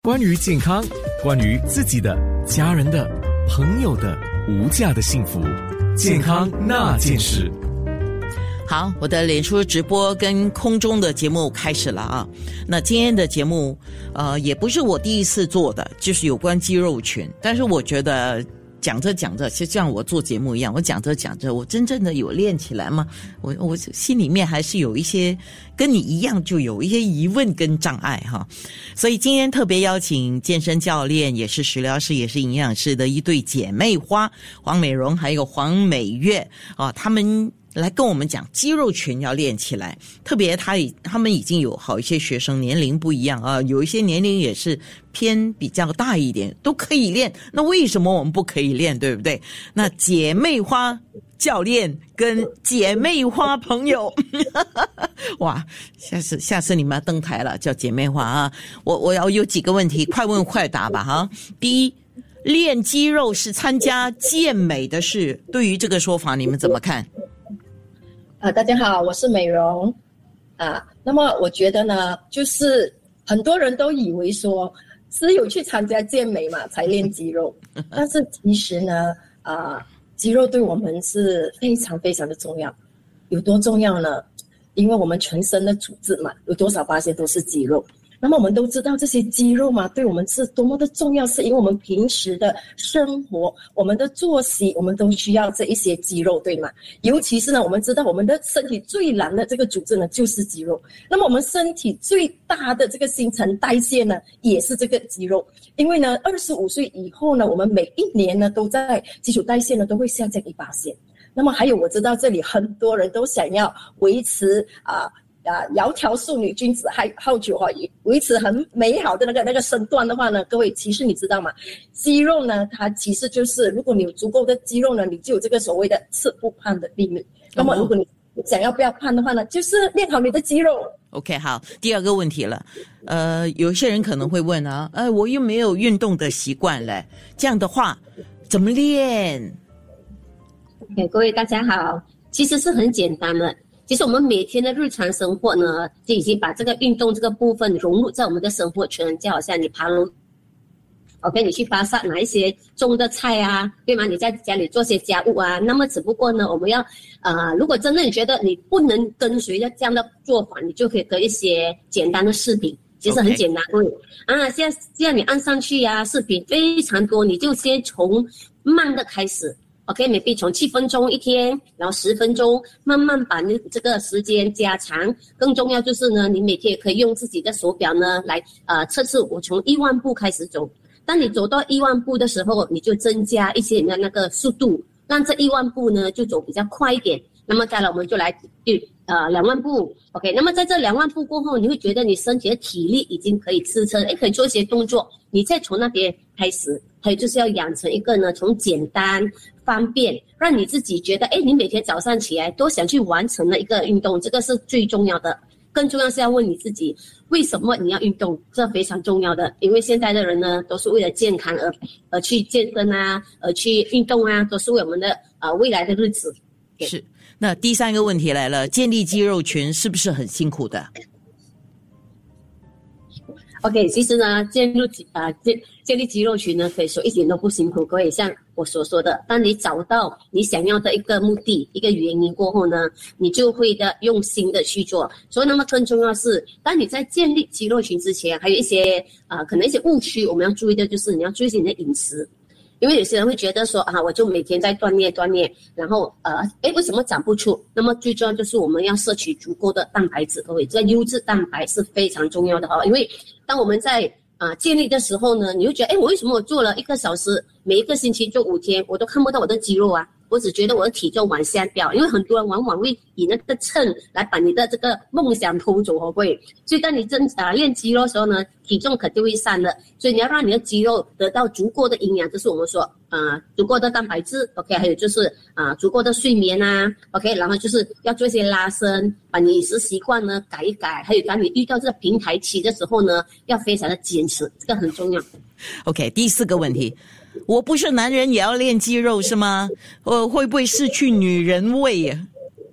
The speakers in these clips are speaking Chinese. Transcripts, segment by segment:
关于健康，关于自己的、家人的、朋友的无价的幸福，健康那件事。 好，我的脸书直播跟空中的节目开始了啊。那今天的节目也不是我第一次做的，就是有关肌肉群，但是我觉得讲着讲着，就像我做节目一样，我讲着讲着，我真正的有练起来吗？我心里面还是有一些跟你一样，就有一些疑问跟障碍哈。所以今天特别邀请健身教练，也是食疗师，也是营养师的一对姐妹花，黄美容还有黄美月啊，他们来跟我们讲肌肉群要练起来，特别他们已经有好一些学生，年龄不一样啊，有一些年龄也是偏比较大一点，都可以练。那为什么我们不可以练，对不对？那姐妹花教练跟姐妹花朋友哇，下次你们要登台了，叫姐妹花啊。我要有几个问题，快问快答吧哈。第一，练肌肉是参加健美的事，对于这个说法你们怎么看？ 大家好，我是美容那么我觉得呢，就是很多人都以为说只有去参加健美嘛才练肌肉，但是其实呢肌肉对我们是非常非常的重要。有多重要呢？因为我们全身的组织嘛，有多少%都是肌肉。那么我们都知道这些肌肉嘛，对我们是多么的重要，是因为我们平时的生活，我们的作息，我们都需要这一些肌肉，对吗？尤其是呢，我们知道我们的身体最难的这个组织呢，就是肌肉。那么我们身体最大的这个新陈代谢呢，也是这个肌肉。因为呢，25岁以后呢，我们每一年呢，都在基础代谢呢，都会下降1%。那么还有，我知道这里很多人都想要维持窈窕淑女，君子好逑哈，维持很美好的那个身段的话呢，各位其实你知道吗？肌肉呢，它其实就是如果你有足够的肌肉呢，你就有这个所谓的吃不胖的秘密。那么如果你想要不要胖的话呢，就是练好你的肌肉。 OK， 好，第二个问题了，有些人可能会问啊，我又没有运动的习惯嘞，这样的话怎么练 ？OK， 各位大家好，其实是很简单的。其实我们每天的日常生活呢，就已经把这个运动这个部分融入在我们的生活圈，就好像你爬楼 ，OK， 你去巴萨拿一些重的菜啊，对吗？你在家里做些家务啊，那么只不过呢，我们要如果真的你觉得你不能跟随这样的做法，你就可以得一些简单的视频，其实很简单，各位现在你按上去啊，视频非常多，你就先从慢的开始。OK，maybe 从7分钟一天，然后10分钟，慢慢把你这个时间加长。更重要就是呢，你每天也可以用自己的手表呢来测试我从1万步开始走。当你走到1万步的时候，你就增加一些你的那个速度，让这1万步呢就走比较快一点。那么再来我们就来2万步 ，OK。那么在这2万步过后，你会觉得你身体的体力已经可以支撑，可以做一些动作，你再从那边开始。还有就是要养成一个呢，从简单方便，让你自己觉得，你每天早上起来都想去完成的一个运动，这个是最重要的。更重要是要问你自己，为什么你要运动？这非常重要的，因为现在的人呢，都是为了健康而去健身啊，而去运动啊，都是为我们的未来的日子。 是。那第三个问题来了，建立肌肉群是不是很辛苦的 ？OK， 其实呢，建立肌肉群呢，可以说一点都不辛苦。各位，像我所说的，当你找到你想要的一个目的、一个原因过后呢，你就会用心的去做。所以，那么更重要是，当你在建立肌肉群之前，还有一些可能一些误区，我们要注意的就是你要注意你的饮食。因为有些人会觉得说我就每天在锻炼，然后为什么长不出？那么最重要就是我们要摄取足够的蛋白质，各位，这优质蛋白是非常重要的因为当我们在建立的时候呢，你会觉得我为什么我做了1个小时，每一个星期做5天，我都看不到我的肌肉啊？我只觉得我的体重往下掉，因为很多人往往会以那个秤来把你的这个梦想偷走，各位。所以当你练肌肉的时候呢，体重肯定会上的。所以你要让你的肌肉得到足够的营养，这是我们说足够的蛋白质 ，OK， 还有就是足够的睡眠啊 ，OK， 然后就是要做一些拉伸，把你饮食习惯呢改一改。还有当你遇到这个平台期的时候呢，要非常的坚持，这个很重要。 OK， 第4个问题。我不是男人也要练肌肉是吗？会不会失去女人味呀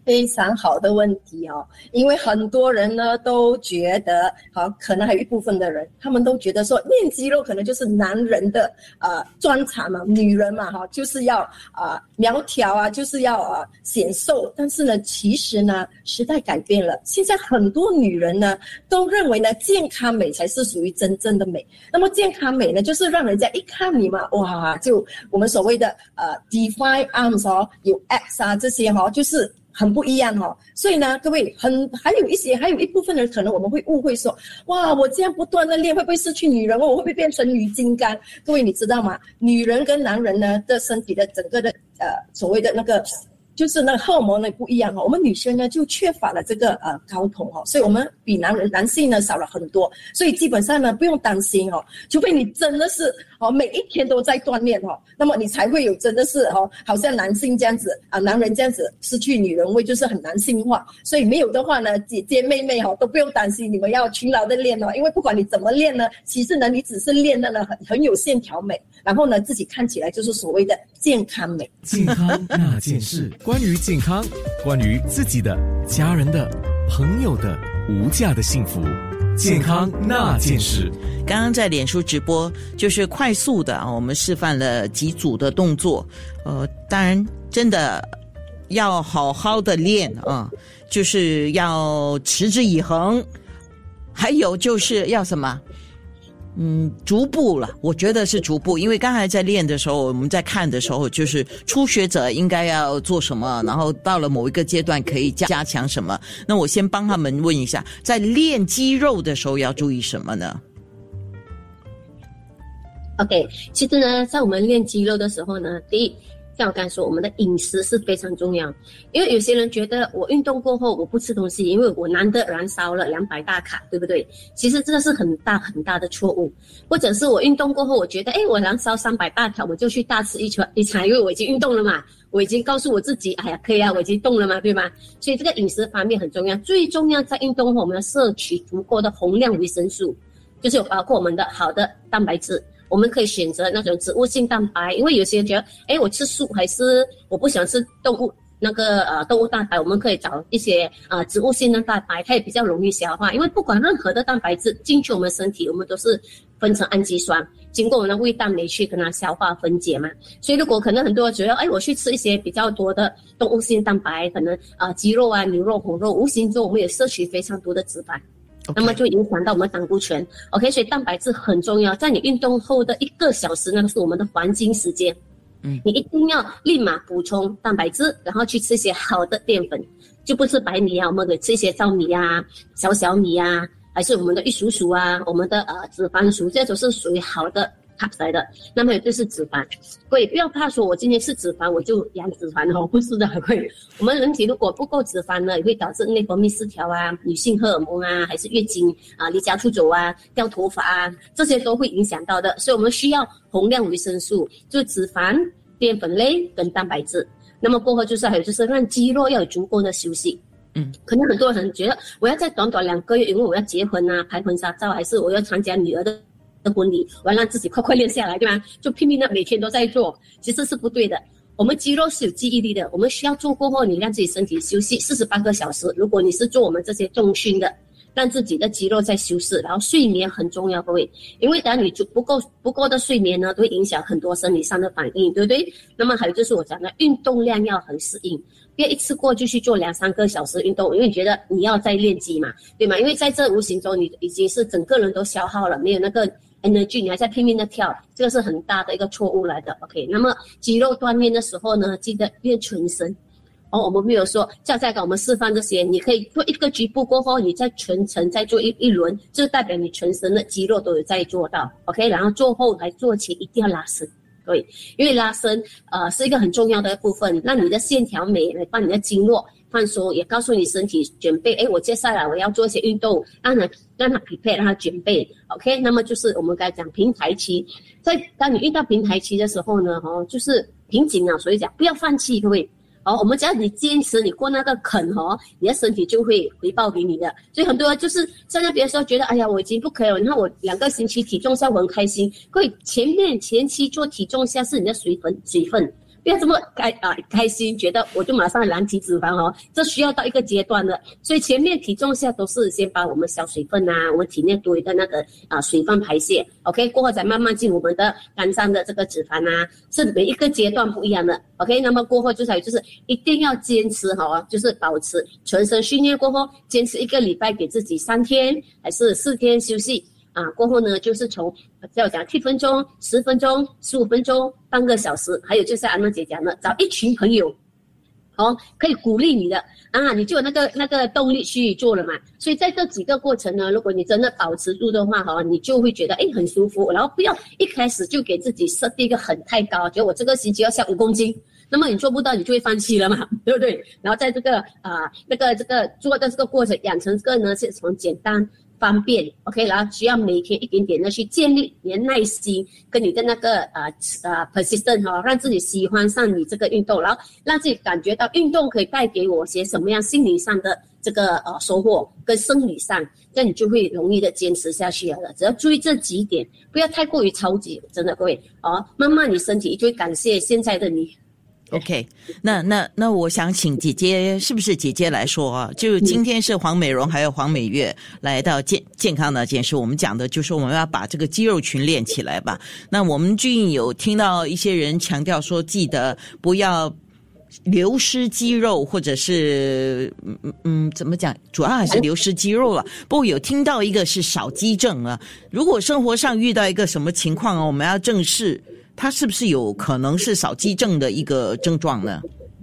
非常好的问题哦，因为很多人呢都觉得，可能还有一部分的人，他们都觉得说练肌肉可能就是男人的专长嘛，女人嘛就是要苗条啊，就是要显瘦。但是呢，其实呢，时代改变了，现在很多女人呢都认为呢，健康美才是属于真正的美。那么健康美呢，就是让人家一看你嘛，哇，就我们所谓的define arms 有 abs 啊这些就是很不一样所以呢，各位还有一部分人可能我们会误会说，哇，我这样不断的练会不会失去女人？我会不会变成女金刚？各位你知道吗？女人跟男人呢的身体的整个的所谓的那个就是那个荷尔蒙呢不一样我们女生呢就缺乏了这个睾酮所以我们比男性呢少了很多，所以基本上呢不用担心除非你真的是每一天都在锻炼那么你才会有真的是好像男性这样子男人这样子失去女人味，就是很男性化。所以没有的话呢，姐姐妹妹都不用担心，你们要勤劳的练因为不管你怎么练呢，其实呢你只是练的呢很有线条美，然后呢自己看起来就是所谓的健康美。 健康那件事，关于健康，关于自己的、家人的、朋友的无价的幸福。健康那件事， 刚刚在脸书直播就是快速的我们示范了几组的动作，当然真的要好好的练就是要持之以恒，还有就是要什么？逐步了，我觉得是逐步，因为刚才在练的时候，我们在看的时候，就是初学者应该要做什么，然后到了某一个阶段可以加强什么。那我先帮他们问一下，在练肌肉的时候要注意什么呢？ OK， 其实呢，在我们练肌肉的时候呢，第一，像我刚才说，我们的饮食是非常重要。因为有些人觉得我运动过后我不吃东西，因为我难得燃烧了200大卡，对不对？其实这个是很大很大的错误。或者是我运动过后，我觉得我燃烧300大卡，我就去大吃一餐，因为我已经运动了嘛，我已经告诉我自己，哎呀，可以啊，我已经动了嘛，对吧？所以这个饮食方面很重要。最重要在运动后，我们要摄取足够的宏量维生素，就是有包括我们的好的蛋白质。我们可以选择那种植物性蛋白，因为有些人觉得，我吃素还是我不想吃动物动物蛋白，我们可以找一些植物性的蛋白，它也比较容易消化。因为不管任何的蛋白质进去我们身体，我们都是分成氨基酸，经过我们的胃蛋酶去跟它消化分解嘛。所以如果可能很多人觉得，我去吃一些比较多的动物性蛋白，可能鸡肉啊、牛肉、红肉，无形中我们也摄取非常多的脂肪。那么就影响到我们胆固醇 OK， 所以蛋白质很重要。在你运动后的1个小时，那个是我们的黄金时间，你一定要立马补充蛋白质，然后去吃一些好的淀粉，就不是白米啊，我们可以吃一些糙米啊、小米啊，还是我们的玉蜀黍啊，我们的脂肪黍，这都是属于好的carbs来的。那么就是脂肪，所以不要怕说我今天吃脂肪我就养脂肪不是的，会我们人体如果不够脂肪呢，也会导致内分泌失调啊、女性荷尔蒙啊，还是月经离家出走啊、掉头发啊，这些都会影响到的。所以我们需要宏量维生素，就是脂肪、淀粉类跟蛋白质。那么过后就是还有就是让肌肉要有足够的休息。可能很多人觉得我要在短短2个月，因为我要结婚啊、拍婚纱照，还是我要参加女儿的婚礼，我要让自己快快练下来，对吗？就拼命的每天都在做，其实是不对的。我们肌肉是有记忆力的，我们需要做过后，你让自己身体休息48个小时。如果你是做我们这些重训的，让自己的肌肉在休息，然后睡眠很重要，各位，因为当你不够的睡眠呢，都会影响很多生理上的反应，对不对？那么还有就是我讲的运动量要很适应，不要一次过就去做2-3个小时运动，因为你觉得你要再练肌嘛，对吗？因为在这无形中你已经是整个人都消耗了，没有那个energy， 你还在拼命的跳，这个是很大的一个错误来的。OK， 那么肌肉锻炼的时候呢，记得练全身。我们没有说再给我们示范这些，你可以做一个局部过后，你再全程再做一轮，就代表你全身的肌肉都有在做到。OK， 然后做后来做前一定要拉伸。对，因为拉伸是一个很重要的部分，让你的线条美，来帮你的经络放松，也告诉你身体准备，我接下来我要做一些运动，让它匹配，让它准备。OK， 那么就是我们刚才讲平台期，当你遇到平台期的时候呢，就是瓶颈啊，所以讲不要放弃，各位。我们只要你坚持，你过那个坎你的身体就会回报给你的。所以很多人就是站在别的时候觉得，哎呀，我已经不可以了。你看我2个星期体重下我很开心。各位，前期做体重下是你的水分， 不要这么开心，觉得我就马上燃起脂肪哦，这需要到一个阶段的。所以前面体重下都是先把我们消水分啊，我们体内多余的那个水分排泄 ，OK， 过后再慢慢进我们的肝脏的这个脂肪啊，是每一个阶段不一样的 ，OK。那么过后就是一定要坚持就是保持全身训练过后，坚持1个礼拜给自己3天还是4天休息。过后呢，就是从要讲7分钟、10分钟、15分钟、半个小时，还有就是安娜姐讲的，找一群朋友，可以鼓励你的你就有那个动力去做了嘛。所以在这几个过程呢，如果你真的保持住的话你就会觉得很舒服，然后不要一开始就给自己设定一个太高，觉得我这个星期要下5公斤。那么你做不到，你就会放弃了嘛，对不对？然后在这个这个做的这个过程，养成这个呢是从简单方便 ，OK， 然后需要每天一点点的去建立你的耐心，跟你的那个persistent 让自己喜欢上你这个运动，然后让自己感觉到运动可以带给我些什么样心理上的这个收获跟生理上，这样你就会容易的坚持下去了。只要注意这几点，不要太过于超级，真的各位慢慢你身体就会感谢现在的你。 OK， 那我想请姐姐，是不是姐姐来说啊？就今天是黄美容还有黄美月来到健康那件事，我们讲的就是我们要把这个肌肉群练起来吧。那我们最近有听到一些人强调说，记得不要流失肌肉，或者是怎么讲？主要还是流失肌肉了。不过有听到一个是少肌症啊。如果生活上遇到一个什么情况我们要正视。它是不是有可能是少肌症的一个症状呢？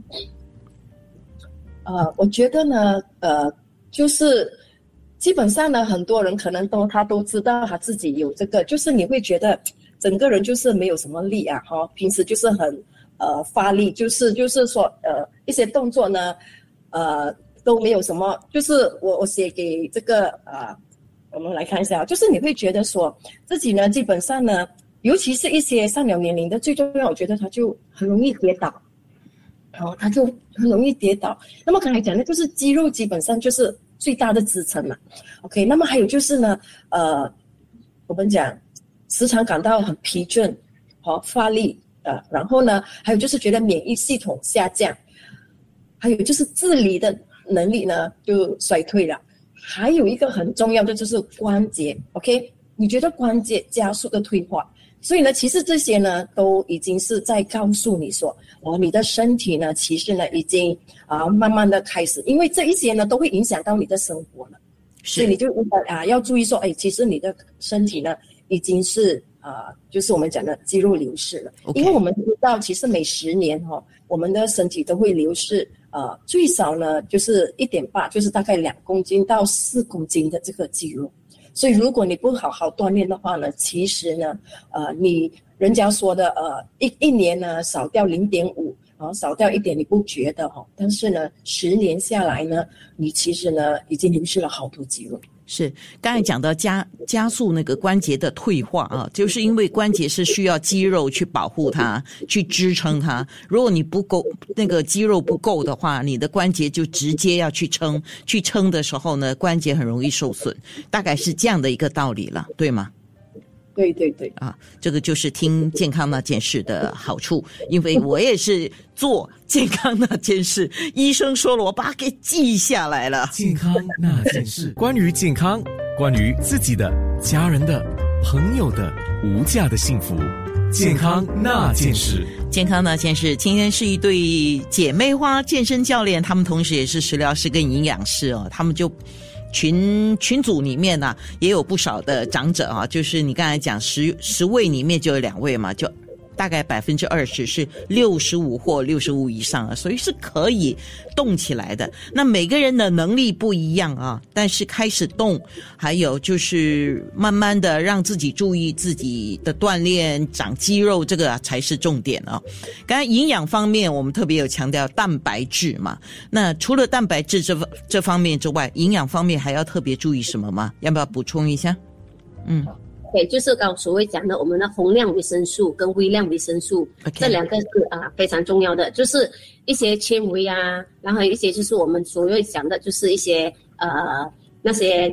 我觉得呢，就是基本上呢，很多人可能他都知道他自己有这个，就是你会觉得整个人就是没有什么力平时就是很发力，就是说一些动作呢都没有什么，就是我写给这个我们来看一下，就是你会觉得说自己呢基本上呢。尤其是一些上了年龄的，最重要，我觉得他就很容易跌倒，他就很容易跌倒。那么刚才讲的就是肌肉基本上就是最大的支撑嘛。OK， 那么还有就是呢，我们讲时常感到很疲倦，发力，然后呢，还有就是觉得免疫系统下降，还有就是自理的能力呢就衰退了。还有一个很重要的就是关节 ，OK， 你觉得关节加速的退化。所以呢，其实这些呢，都已经是在告诉你说，你的身体呢，其实呢，已经慢慢的开始，因为这一些呢，都会影响到你的生活了，所以你就要注意说，其实你的身体呢，已经是就是我们讲的肌肉流失了， Okay. 因为我们知道，其实每10年我们的身体都会流失最少呢，就是 1.8， 就是大概2公斤到4公斤的这个肌肉。所以如果你不好好锻炼的话呢，其实呢，人家说的一年呢少掉 0.5， 少掉1点你不觉得但是呢10年下来呢，你其实呢已经流失了好多肌肉。 是，刚才讲到加速那个关节的退化就是因为关节是需要肌肉去保护它，去支撑它。如果你不够那个肌肉不够的话，你的关节就直接要去撑的时候呢，关节很容易受损，大概是这样的一个道理了，对吗？ 对对对这个就是听健康那件事的好处，因为我也是做健康那件事，医生说了，我把它给记下来了。 健康那件事，关于健康，关于自己的、家人的、朋友的无价的幸福。健康那件事， 健康那件事，今天是一对姐妹花健身教练，他们同时也是食疗师跟营养师他们就群组里面也有不少的长者就是你刚才讲10位里面就有2位嘛，就大概20%是65或65以上所以是可以动起来的。那每个人的能力不一样但是开始动，还有就是慢慢的让自己注意自己的锻炼，长肌肉，这个才是重点刚才营养方面我们特别有强调蛋白质嘛，那除了蛋白质这方面之外，营养方面还要特别注意什么吗？要不要补充一下？ 对，就是刚所谓讲的我们的宏量维生素跟微量维生素这2个是非常重要的，就是一些纤维然后一些就是我们所谓讲的就是一些那些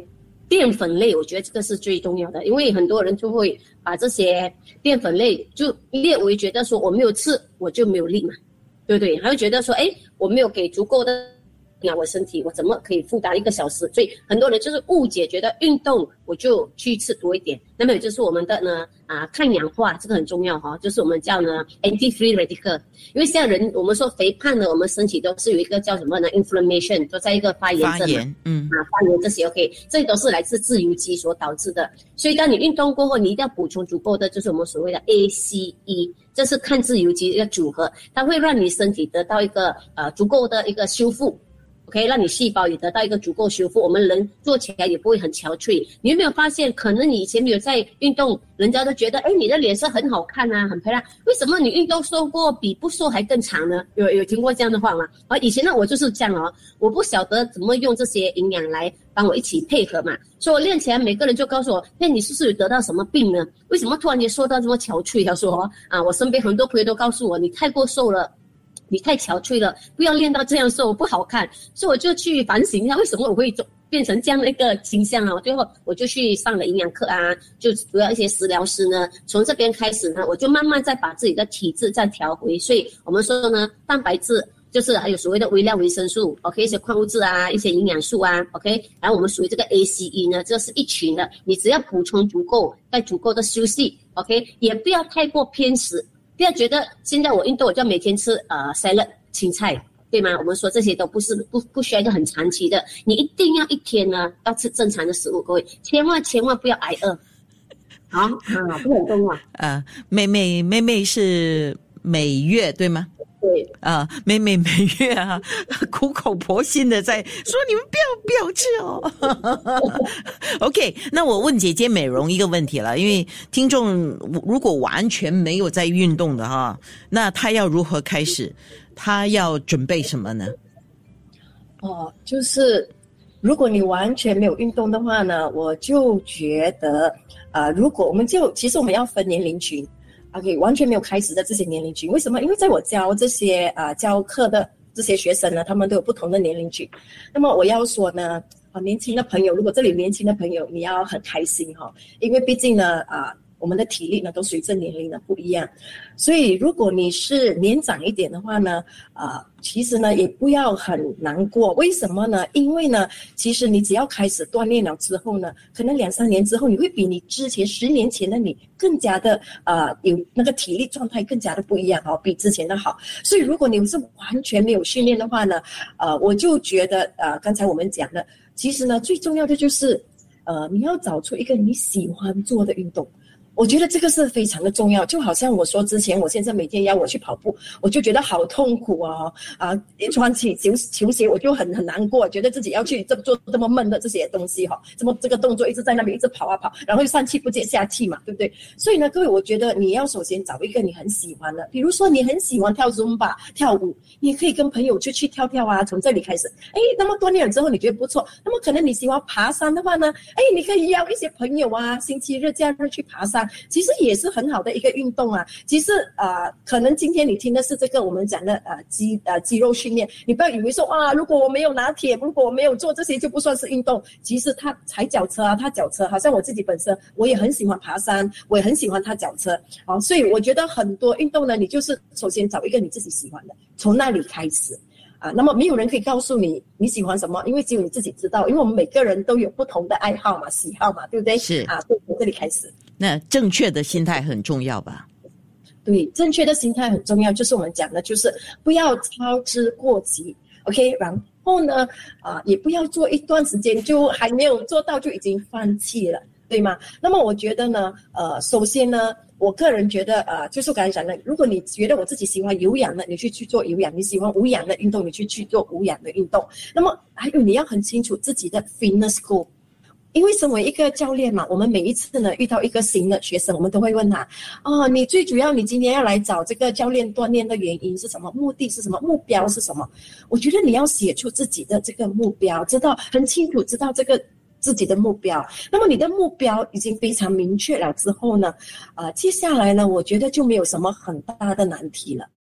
淀粉类，我觉得这个是最重要的，因为很多人就会把这些淀粉类就列为觉得说我没有吃我就没有力嘛，对不对？还会觉得说，我没有给足够的我身体，我怎么可以负担1个小时？所以很多人就是误解，觉得运动我就去吃多一点。那么也就是我们的呢抗氧化，这个很重要就是我们叫呢 anti-free radical。因为现在人我们说肥胖呢，我们身体都是有一个叫什么呢 inflammation， 都在一个发炎症发炎这些 OK， 这都是来自自由基所导致的。所以当你运动过后，你一定要补充足够的，就是我们所谓的 ACE。这是抗自由基一个组合，它会让你身体得到一个足够的一个修复。OK， 让你细胞也得到一个足够修复，我们人做起来也不会很憔悴。你有没有发现，可能你以前没有在运动，人家都觉得，你的脸色很好看啊，很漂亮。为什么你运动瘦过比不瘦还更长呢？有听过这样的话吗？以前呢，我就是这样我不晓得怎么用这些营养来帮我一起配合嘛，所以我练起来，每个人就告诉我，你是不是有得到什么病呢？为什么突然间瘦到这么憔悴？他说我身边很多朋友都告诉我，你太过瘦了。你太憔悴了，不要练到这样瘦，不好看。所以我就去反省一下，为什么我会变成这样的一个倾向最后我就去上了营养课就主要一些食疗师呢，从这边开始呢，我就慢慢再把自己的体质再调回。所以我们说呢，蛋白质就是还有所谓的微量维生素 ，OK， 一些矿物质一些营养素OK， 然后我们属于这个 ACE 呢，这是一群的，你只要补充足够，带足够的休息 ，OK， 也不要太过偏食。不要觉得现在我运动我就要每天吃salad 青菜，对吗？我们说这些都不需要一个很长期的，你一定要一天呢要吃正常的食物，各位千万不要挨饿。好这个很重要。 妹妹是每月对吗？ 对妹月苦口婆心的在说你们不要吃OK， 那我问姐姐美容一个问题了，因为听众如果完全没有在运动的那她要如何开始？她要准备什么呢？ 就是如果你完全没有运动的话呢，我就觉得如果其实我们要分年龄群。OK， 完全没有开始的这些年龄群，为什么？因为在我教这些教课的这些学生呢，他们都有不同的年龄群。那么我要说呢，年轻的朋友，如果这里年轻的朋友，你要很开心因为毕竟呢我们的体力呢都随着年龄的不一样，所以如果你是年长一点的话呢，其实呢也不要很难过。为什么呢？因为呢，其实你只要开始锻炼了之后呢，可能2-3年之后，你会比你之前10年前的你更加的有那个体力状态更加的不一样比之前的好。所以如果你是完全没有训练的话呢，我就觉得刚才我们讲的，其实呢最重要的就是你要找出一个你喜欢做的运动。我觉得这个是非常的重要，就好像我说之前，我现在每天要我去跑步，我就觉得好痛苦一穿起球鞋我就很难过，觉得自己要去做这么闷的这些东西这个动作一直在那边一直跑跑，然后上气不接下气嘛，对不对？所以呢，各位，我觉得你要首先找一个你很喜欢的，比如说你很喜欢跳 Zumba 跳舞，你可以跟朋友去跳从这里开始。那么锻炼了之后你觉得不错，那么可能你喜欢爬山的话呢，你可以邀一些朋友星期日假日去爬山。其实也是很好的一个运动其实可能今天你听的是这个我们讲的肌肉训练，你不要以为说如果我没有拿铁，如果我没有做这些就不算是运动。其实他踩脚车踏脚车，好像我自己本身我也很喜欢爬山，我也很喜欢踏脚车所以我觉得很多运动呢，你就是首先找一个你自己喜欢的，从那里开始那么没有人可以告诉你你喜欢什么，因为只有你自己知道，因为我们每个人都有不同的爱好嘛，喜好嘛，对不对？ 是对，从这里开始。 那正确的心态很重要吧？ 对，正确的心态很重要，就是我们讲的就是不要操之过急 OK， 然后呢也不要做一段时间就还没有做到就已经放弃了，对吗？那么我觉得呢首先呢，我个人觉得就是我刚才讲的，如果你觉得我自己喜欢有氧的，你去做有氧；你喜欢无氧的运动，你去做无氧的运动。那么还有你要很清楚自己的 fitness goal。因为身为一个教练嘛，我们每一次呢遇到一个新的学生，我们都会问他你最主要你今天要来找这个教练锻炼的原因是什么？目的是什么？目标是什么？我觉得你要写出自己的这个目标，知道很清楚，知道这个自己的目标。那么你的目标已经非常明确了之后呢接下来呢我觉得就没有什么很大的难题了。